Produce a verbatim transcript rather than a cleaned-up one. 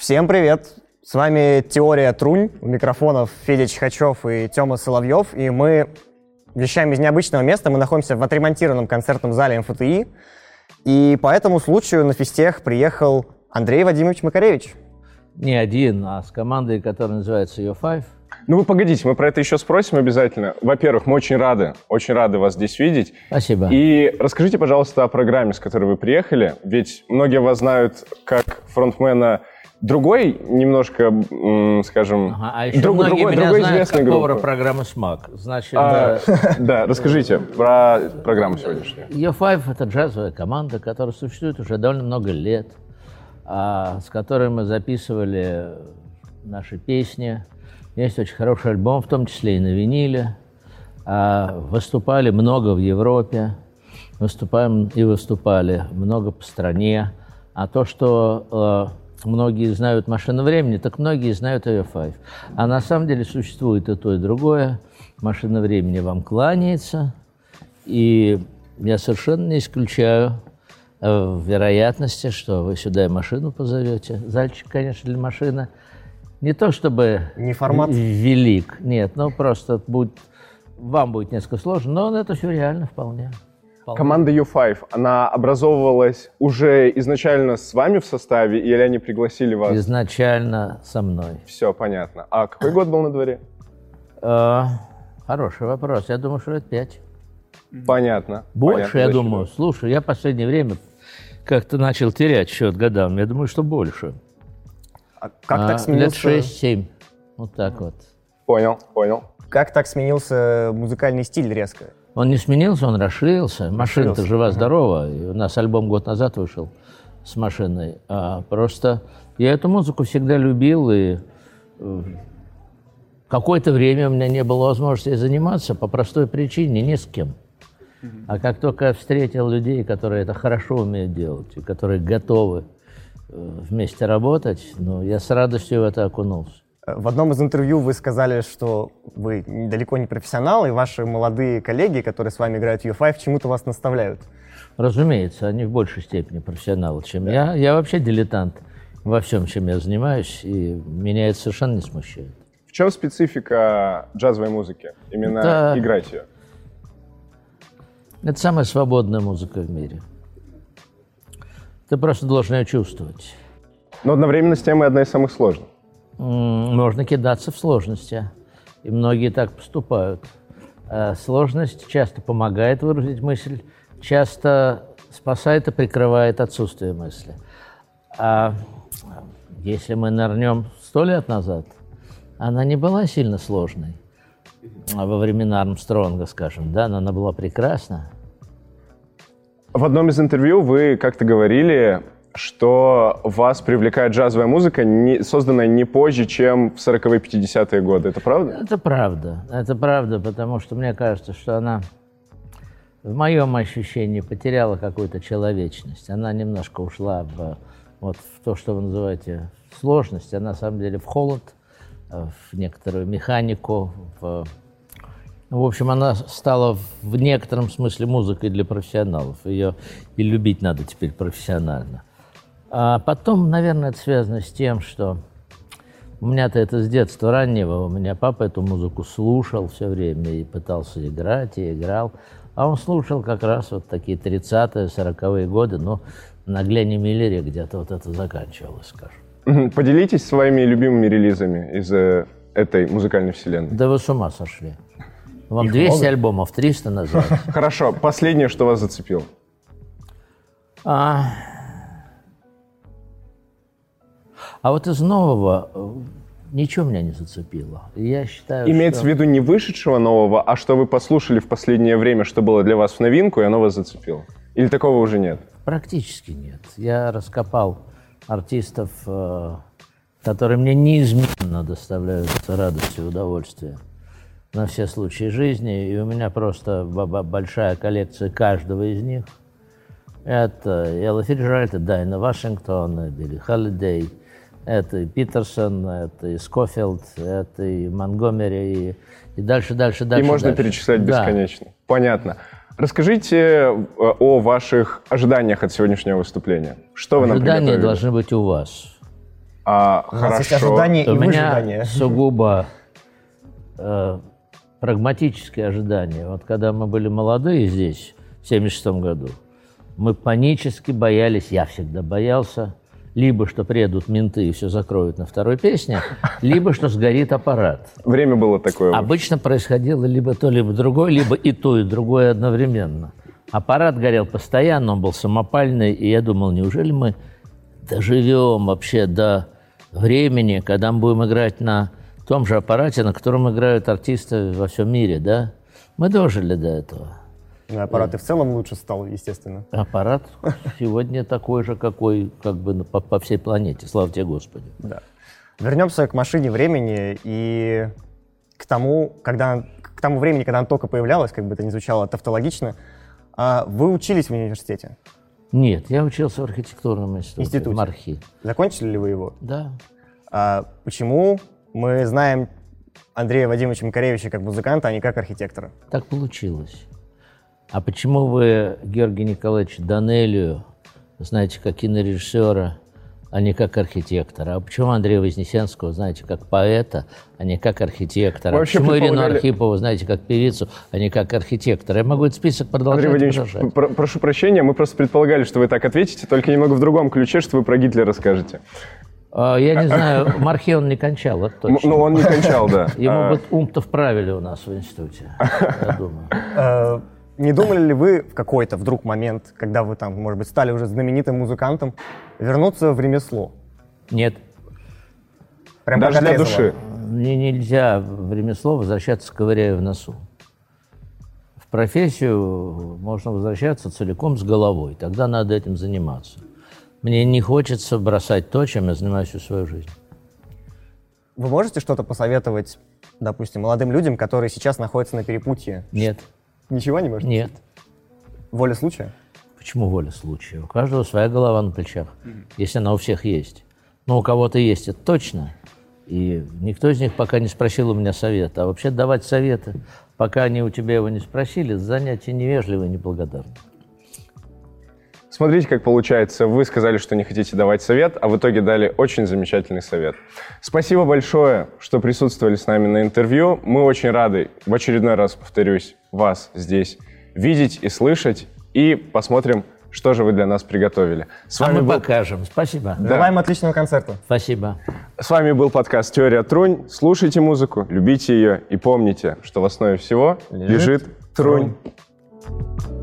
Всем привет! С вами «Теория Трунь», у микрофонов Федя Чихачев и Тёма Соловьев, и мы вещаем из необычного места. Мы находимся в отремонтированном концертном зале эм эф тэ и, и по этому случаю на физтех приехал Андрей Вадимович Макаревич. Не один, а с командой, которая называется ю файв. Ну вы погодите, мы про это еще спросим обязательно. Во-первых, мы очень рады, очень рады вас здесь видеть. Спасибо. И расскажите, пожалуйста, о программе, с которой вы приехали. Ведь многие вас знают как фронтмена другой, немножко, скажем, ага, а еще друг, многие другой, меня другой знают известной как повара группы. программы «Смак». Значит, А, да, да, расскажите про программу сегодняшнюю. ю файв — это джазовая команда, которая существует уже довольно много лет, а, с которой мы записывали наши песни. Есть очень хороший альбом, в том числе и на виниле. А, выступали много в Европе, выступаем и выступали много по стране. А то, что э, многие знают «Машину времени», так многие знают ю файв. А на самом деле существует и то, и другое. «Машина времени» вам кланяется, и я совершенно не исключаю э, вероятности, что вы сюда и машину позовете. Зальчик, конечно, для машины не то чтобы Не формат. велик, нет, ну просто будет, вам будет несколько сложно, но это все реально вполне. вполне. Команда ю файв, она образовывалась уже изначально с вами в составе, или они пригласили вас? Изначально со мной. Все, понятно. А какой год был на дворе? Э, хороший вопрос. Я думаю, что лет пять. Понятно. Больше, Понятно, я зачем? думаю. Слушай, я в последнее время как-то начал терять счет годам. Я думаю, что больше. А как А, так сменился? Лет шесть-семь. Вот так вот. Понял, понял. Как так сменился музыкальный стиль резко? Он не сменился, он расширился. Машина-то Расширился, жива-здорова. И у нас альбом год назад вышел с машиной. А просто я эту музыку всегда любил, и э, какое-то время у меня не было возможности заниматься по простой причине, ни с кем. А как только я встретил людей, которые это хорошо умеют делать, и которые готовы э, вместе работать, ну, я с радостью в это окунулся. В одном из интервью вы сказали, что вы далеко не профессионал, и ваши молодые коллеги, которые с вами играют в ю файв, чему-то вас наставляют. Разумеется, они в большей степени профессионалы, чем я. Я вообще дилетант во всем, чем я занимаюсь, и меня это совершенно не смущает. В чем специфика джазовой музыки? Именно Да. играть ее? Это самая свободная музыка в мире. Ты просто должен ее чувствовать. Но одновременно с тем и одна из самых сложных. М, Можно кидаться в сложности, и многие так поступают. А сложность часто помогает выразить мысль, часто спасает и прикрывает отсутствие мысли. А если мы нырнем сто лет назад, она не была сильно сложной. А во времена Армстронга, скажем, да, но она была прекрасна. В одном из интервью вы как-то говорили, что вас привлекает джазовая музыка, не, созданная не позже, чем в сороковые-пятидесятые годы. Это правда? Это правда. Это правда, потому что мне кажется, что она, в моем ощущении, потеряла какую-то человечность. Она немножко ушла в, вот, в то, что вы называете сложность, а на самом деле в холод, в некоторую механику. В, в общем, она стала в некотором смысле музыкой для профессионалов. Ее и любить надо теперь профессионально. А потом, наверное, это связано с тем, что у меня-то это с детства раннего. У меня папа эту музыку слушал все время и пытался играть, и играл. А он слушал как раз вот такие тридцатые, сороковые годы. Но на Гленне Миллере где-то вот это заканчивалось, скажем. Мгм. Поделитесь своими любимыми релизами из э, этой музыкальной вселенной. Да вы с ума сошли. Вам Их двести много? альбомов, триста назад. Хорошо, последнее, что вас зацепило. А, а вот из нового э, ничего меня не зацепило. И я считаю, Имеется что... в виду не вышедшего нового, а что вы послушали в последнее время, что было для вас в новинку, и оно вас зацепило? Или такого уже нет? Практически нет. Я раскопал артистов, э, которые мне неизменно доставляют радость и удовольствие на все случаи жизни. И у меня просто б- большая коллекция каждого из них. Это Элла Фиджеральд, Дайна Вашингтон, Билли Холидей, это и Питерсон, это и Скофилд, это и Монгомери, и, и дальше, дальше, дальше. И можно дальше. перечислять Да. бесконечно. Понятно. Расскажите о ваших ожиданиях от сегодняшнего выступления. Что вы нам Ожидания приготовили? должны быть у вас. А, У нас есть хорошо. ожидания и У меня выжидания. сугубо э, прагматические ожидания. Вот когда мы были молодые здесь, в семьдесят шестом году, мы панически боялись, я всегда боялся, либо что приедут менты и все закроют на второй песне, либо что сгорит аппарат. Время было такое. Обычно происходило либо то, либо другое, либо и то, и другое одновременно. Аппарат горел постоянно, он был самопальный, и я думал, неужели мы доживем вообще до времени, когда мы будем играть на том же аппарате, на котором играют артисты во всем мире, да? Мы дожили до этого. Ну, аппарат и в целом лучше стал, естественно. Аппарат сегодня такой же, какой как бы по, по всей планете, слава тебе Господи. Да. Вернемся к машине времени и к тому, когда, к тому времени, когда она только появлялась, как бы это ни звучало тавтологично. А вы учились в университете? Нет, я учился в архитектурном институте, Институте. в МАРХИ. Закончили ли вы его? Да. А почему мы знаем Андрея Вадимовича Макаревича как музыканта, а не как архитектора? Так получилось. А почему вы Георгия Николаевича Данелию знаете как кинорежиссера, а не как архитектора? А почему Андрея Вознесенского знаете как поэта, а не как архитектора? А почему Ирину предполагали... Архипову знаете как певицу, а не как архитектора? Я могу этот список продолжать. Андрей Владимирович, про- прошу прощения, мы просто предполагали, что вы так ответите, только немного в другом ключе, что вы про Гитлера скажете. А, я не знаю, МАРХИ он не кончал, это точно. Ну, он не кончал, да. Ему бы ум-то вправили у нас в институте, я думаю. Не думали ли вы в какой-то вдруг момент, когда вы там, может быть, стали уже знаменитым музыкантом, вернуться в ремесло? Нет. Прям Даже как для отрезало? души. Мне нельзя в ремесло возвращаться, ковыряя в носу. В профессию можно возвращаться целиком с головой. Тогда надо этим заниматься. Мне не хочется бросать то, чем я занимаюсь всю свою жизнь. Вы можете что-то посоветовать, допустим, молодым людям, которые сейчас находятся на перепутье? Нет. Ничего не можете? Нет. Воля случая? Почему воля случая? У каждого своя голова на плечах, если она у всех есть. Но у кого-то есть, это точно. И никто из них пока не спросил у меня совета. А вообще давать советы, пока они у тебя его не спросили, занятие невежливое и неблагодарное. Смотрите, как получается. Вы сказали, что не хотите давать совет, а в итоге дали очень замечательный совет. Спасибо большое, что присутствовали с нами на интервью. Мы очень рады, в очередной раз повторюсь, вас здесь видеть и слышать. И посмотрим, что же вы для нас приготовили. С А вами мы был... покажем. Спасибо. Да. Желаем отличного концерта. Спасибо. С вами был подкаст «Теория Трунь». Слушайте музыку, любите ее и помните, что в основе всего лежит, Лежит Трунь. Трунь.